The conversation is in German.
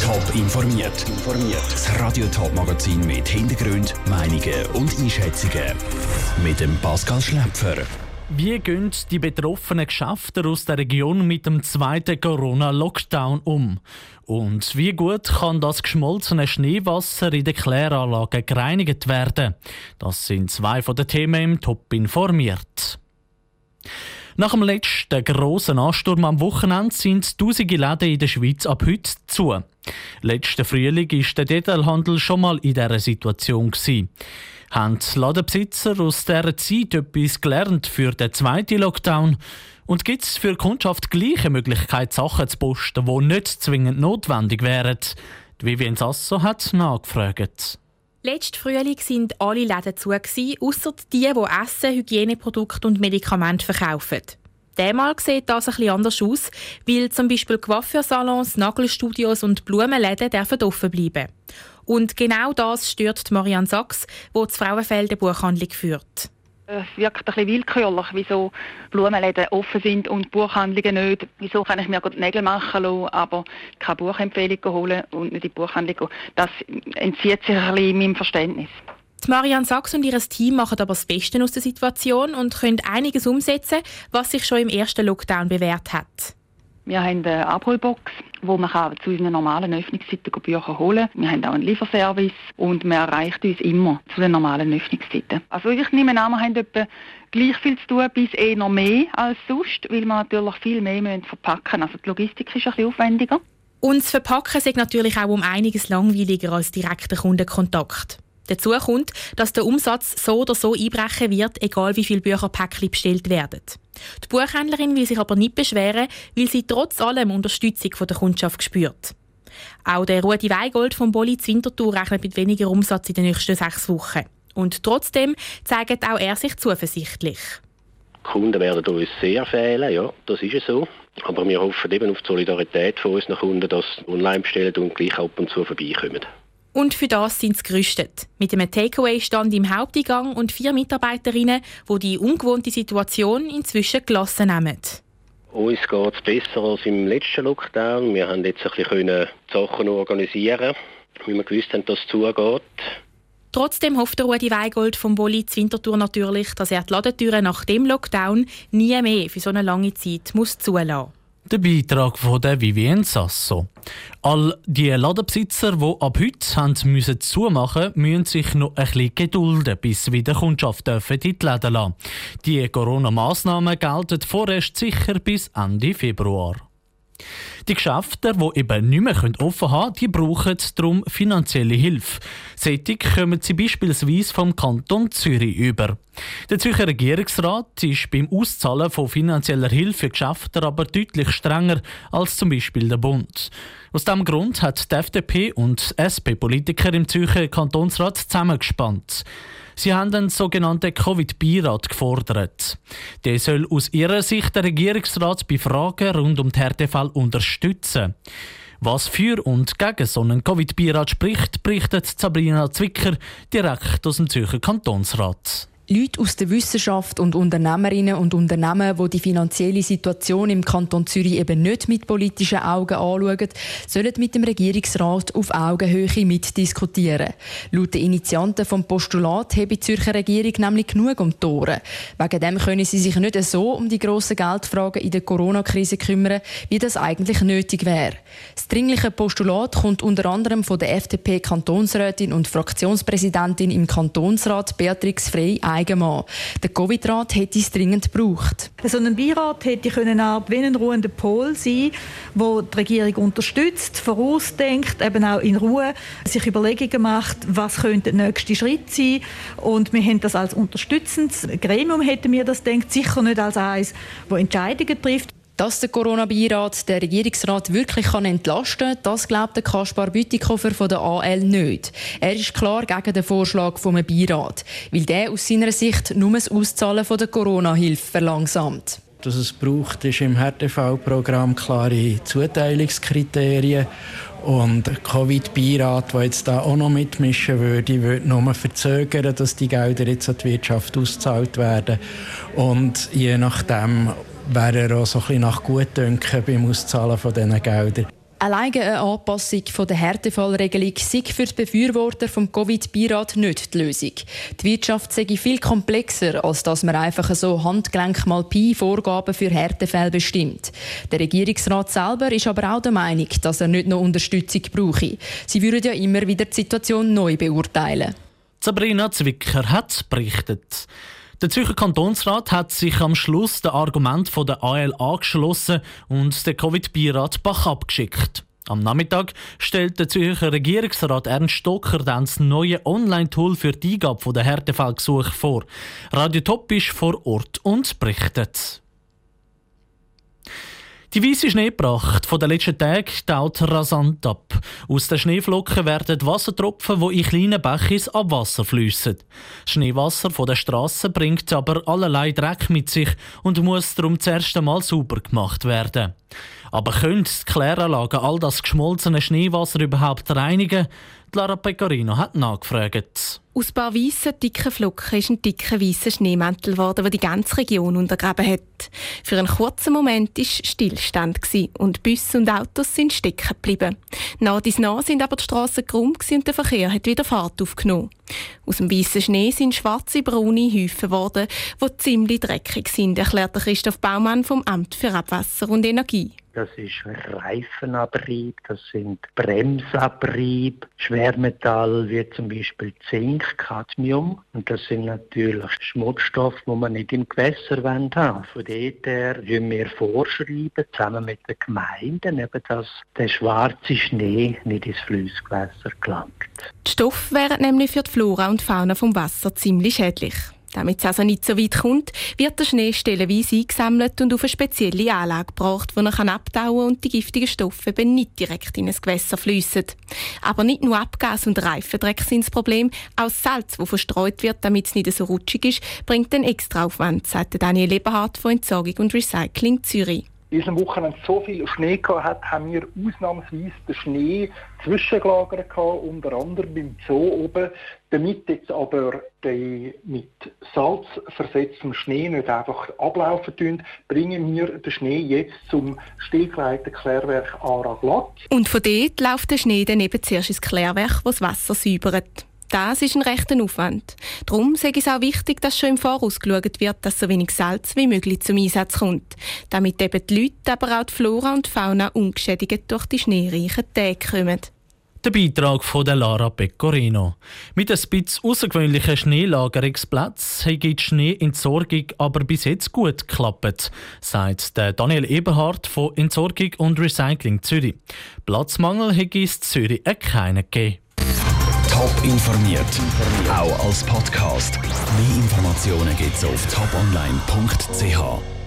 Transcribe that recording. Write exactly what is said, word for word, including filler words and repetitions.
Top informiert. Das Radio Top Magazin mit Hintergrund, Meinungen und Einschätzungen mit dem Pascal Schläpfer. Wie gehen die betroffenen Geschäfte aus der Region mit dem zweiten Corona-Lockdown um? Und wie gut kann das geschmolzene Schneewasser in den Kläranlagen gereinigt werden? Das sind zwei von den Themen im Top informiert. Nach dem letzten grossen Ansturm am Wochenende sind tausende Läden in der Schweiz ab heute zu. Letzten Frühling war der Detailhandel schon mal in dieser Situation. Haben die Ladenbesitzer aus dieser Zeit etwas gelernt für den zweiten Lockdown? Und gibt es für die Kundschaft gleiche Möglichkeit, Sachen zu posten, die nicht zwingend notwendig wären? Die Vivien Sasso hat nachgefragt. Letzten Frühling waren alle Läden zu, ausser die, die Essen, Hygieneprodukte und Medikamente verkaufen. Diesmal sieht das etwas anders aus, weil zum Beispiel Coiffeursalons, Nagelstudios und Blumenläden dürfen offen bleiben. Und genau das stört Marianne Sachs, die das Frauenfeld eine Buchhandlung führt. Es wirkt ein bisschen willkürlich, wieso Blumenläden offen sind und Buchhandlungen nicht. Wieso kann ich mir die Nägel machen lassen, aber keine Buchempfehlung holen und nicht in die Buchhandlung gehen. Das entzieht sich ein bisschen meinem Verständnis. Die Marianne Sachs und ihr Team machen aber das Beste aus der Situation und können einiges umsetzen, was sich schon im ersten Lockdown bewährt hat. Wir haben eine Abholbox, wo man zu unseren normalen Öffnungszeiten Bücher holen kann. Wir haben auch einen Lieferservice und man erreicht uns immer zu den normalen Öffnungszeiten. Also ich nehme an, wir haben etwa gleich viel zu tun, bis eher noch mehr als sonst, weil wir natürlich viel mehr verpacken müssen. Also die Logistik ist ein bisschen aufwendiger. Und das Verpacken ist natürlich auch um einiges langweiliger als direkter Kundenkontakt. Dazu kommt, dass der Umsatz so oder so einbrechen wird, egal wie viele Bücherpäckchen bestellt werden. Die Buchhändlerin will sich aber nicht beschweren, weil sie trotz allem Unterstützung von der Kundschaft spürt. Auch der Rudi Weigold vom Bolitz Winterthur rechnet mit weniger Umsatz in den nächsten sechs Wochen. Und trotzdem zeigt auch er sich zuversichtlich. Die Kunden werden uns sehr fehlen, ja, das ist es so. Aber wir hoffen eben auf die Solidarität von unseren Kunden, dass sie online bestellen und gleich ab und zu vorbeikommen. Und für das sind sie gerüstet. Mit einem Takeaway-Stand im Haupteingang und vier Mitarbeiterinnen, die die ungewohnte Situation inzwischen gelassen nehmen. Uns geht es besser als im letzten Lockdown. Wir haben jetzt ein bisschen Sachen organisieren, weil wir gewusst haben, dass es zugeht. Trotzdem hofft Rudi Weigold vom Bolitz Winterthur natürlich, dass er die Ladentüren nach dem Lockdown nie mehr für so eine lange Zeit muss zulassen muss. Der Beitrag von der Vivien Sasso. All die Ladenbesitzer, die ab heute haben müssen zumachen müssen, müssen sich noch ein bisschen gedulden, bis wieder Kundschaft in die Läden lassen. Die Corona-Massnahmen gelten vorerst sicher bis Ende Februar. Die Geschäfte, die eben nicht mehr offen haben können, die brauchen darum finanzielle Hilfe. Solche kommen sie beispielsweise vom Kanton Zürich über. Der Zürcher Regierungsrat ist beim Auszahlen von finanzieller Hilfe für Geschäfte aber deutlich strenger als zum Beispiel der Bund. Aus diesem Grund hat die F D P und S P-Politiker im Zürcher Kantonsrat zusammengespannt. Sie haben einen sogenannten Covid-Beirat gefordert. Der soll aus ihrer Sicht den Regierungsrat bei Fragen rund um die Härtefälle unterstützen. Was für und gegen so einen Covid-Beirat spricht, berichtet Sabrina Zwicker direkt aus dem Zürcher Kantonsrat. Leute aus der Wissenschaft und Unternehmerinnen und Unternehmen, die die finanzielle Situation im Kanton Zürich eben nicht mit politischen Augen anschauen, sollen mit dem Regierungsrat auf Augenhöhe mitdiskutieren. Laut den Initianten vom Postulat habe die Zürcher Regierung nämlich genug um die Ohren. Wegen dem können sie sich nicht so um die grossen Geldfragen in der Corona-Krise kümmern, wie das eigentlich nötig wäre. Das dringliche Postulat kommt unter anderem von der F D P-Kantonsrätin und Fraktionspräsidentin im Kantonsrat Beatrix Frey ein. Der Covid-Rat hätte es dringend gebraucht. So ein Beirat hätte eine Art wie ein ruhender Pol sein, der die Regierung unterstützt, vorausdenkt, eben auch in Ruhe sich Überlegungen macht, was könnte der nächste Schritt sein. Und wir haben das als unterstützendes Gremium, hätten wir das gedacht, sicher nicht als eines, das Entscheidungen trifft. Dass der Corona-Beirat den Regierungsrat wirklich kann entlasten kann, das glaubt der Kaspar Bütikofer von der A L nicht. Er ist klar gegen den Vorschlag vom Beirat, weil der aus seiner Sicht nur das Auszahlen von der Corona-Hilfe verlangsamt. Was es braucht, ist im Härtefallprogramm klare Zuteilungskriterien. Und der Covid-Beirat, der jetzt da auch noch mitmischen würde, würde nur verzögern, dass die Gelder jetzt an die Wirtschaft ausgezahlt werden. Und je nachdem wäre er auch so ein bisschen nach Gutdünken beim Auszahlen von diesen Geldern. Alleine eine Anpassung der Härtefallregelung sei für die Befürworter des Covid-Beirat nicht die Lösung. Die Wirtschaft sei viel komplexer, als dass man einfach so Handgelenk mal Pi Vorgaben für Härtefälle bestimmt. Der Regierungsrat selber ist aber auch der Meinung, dass er nicht noch Unterstützung brauche. Sie würden ja immer wieder die Situation neu beurteilen. Sabrina Zwicker hat berichtet. Der Zürcher Kantonsrat hat sich am Schluss dem Argument von der A L angeschlossen und den Covid-Beirat Bach abgeschickt. Am Nachmittag stellt der Zürcher Regierungsrat Ernst Stocker dann das neue Online-Tool für die Eingabe der Härtefallgesuche vor. Radio Top ist vor Ort und berichtet. Die weisse Schneepracht von den letzten Tagen taut rasant ab. Aus den Schneeflocken werden Wassertropfen, die in kleinen Bächen ins Abwasser fliessen. Das Schneewasser von der Strasse bringt aber allerlei Dreck mit sich und muss darum zuerst einmal sauber gemacht werden. Aber können die Kläranlagen all das geschmolzene Schneewasser überhaupt reinigen? Lara Pecorino hat nachgefragt. Aus ein paar weissen, dicken Flocken ist ein dicker weisser Schneemantel geworden, der die ganze Region untergraben hat. Für einen kurzen Moment war Stillstand und Busse und Autos sind stecken geblieben. Nach dies nach sind aber die Strassen krumm und der Verkehr hat wieder Fahrt aufgenommen. Aus dem weissen Schnee sind schwarze, braune Häufen geworden, die ziemlich dreckig sind, erklärt Christoph Baumann vom Amt für Abwasser und Energie. Das ist Reifenabrieb, das sind Bremsabrieb, Schwermetall wie zum Beispiel Zink, Cadmium. Und das sind natürlich Schmutzstoffe, die man nicht im Gewässer haben wollen. Von dort her schreiben wir vorschreiben, zusammen mit den Gemeinden, eben, dass der schwarze Schnee nicht ins Flussgewässer gelangt. Die Stoffe wären nämlich für die Flora und Fauna vom Wasser ziemlich schädlich. Damit es also nicht so weit kommt, wird der Schnee stellenweise eingesammelt und auf eine spezielle Anlage gebracht, wo er abtauen kann und die giftigen Stoffe eben nicht direkt in ein Gewässer fliessen. Aber nicht nur Abgas und Reifendreck sind das Problem, auch das Salz, das verstreut wird, damit es nicht so rutschig ist, bringt einen Extraaufwand, sagt Daniel Eberhardt von Entsorgung und Recycling Zürich. Weil es am Wochenende so viel Schnee gehabt hat, haben wir ausnahmsweise den Schnee zwischengelagert gehabt, unter anderem beim Zoo oben. Damit jetzt aber die mit Salz versetzten Schnee nicht einfach ablaufen tun, bringen wir den Schnee jetzt zum stillgelegten Klärwerk Ara-Glatt. Und von dort läuft der Schnee dann eben zuerst ins Klärwerk, das das Wasser säubert. Das ist ein rechter Aufwand. Darum ist es auch wichtig, dass schon im Voraus geschaut wird, dass so wenig Salz wie möglich zum Einsatz kommt. Damit eben die Leute, aber auch die Flora und die Fauna ungeschädigt durch die schneereichen Tage kommen. Der Beitrag von der Lara Pecorino. Mit ein bisschen außergewöhnlichen Schneelagerungsplatz hat die Schneeentsorgung aber bis jetzt gut geklappt, sagt der Daniel Eberhardt von Entsorgung und Recycling Zürich. Platzmangel hat es in Zürich keinen gegeben. Top informiert, auch als Podcast. Mehr Informationen gibt es auf top online punkt c h.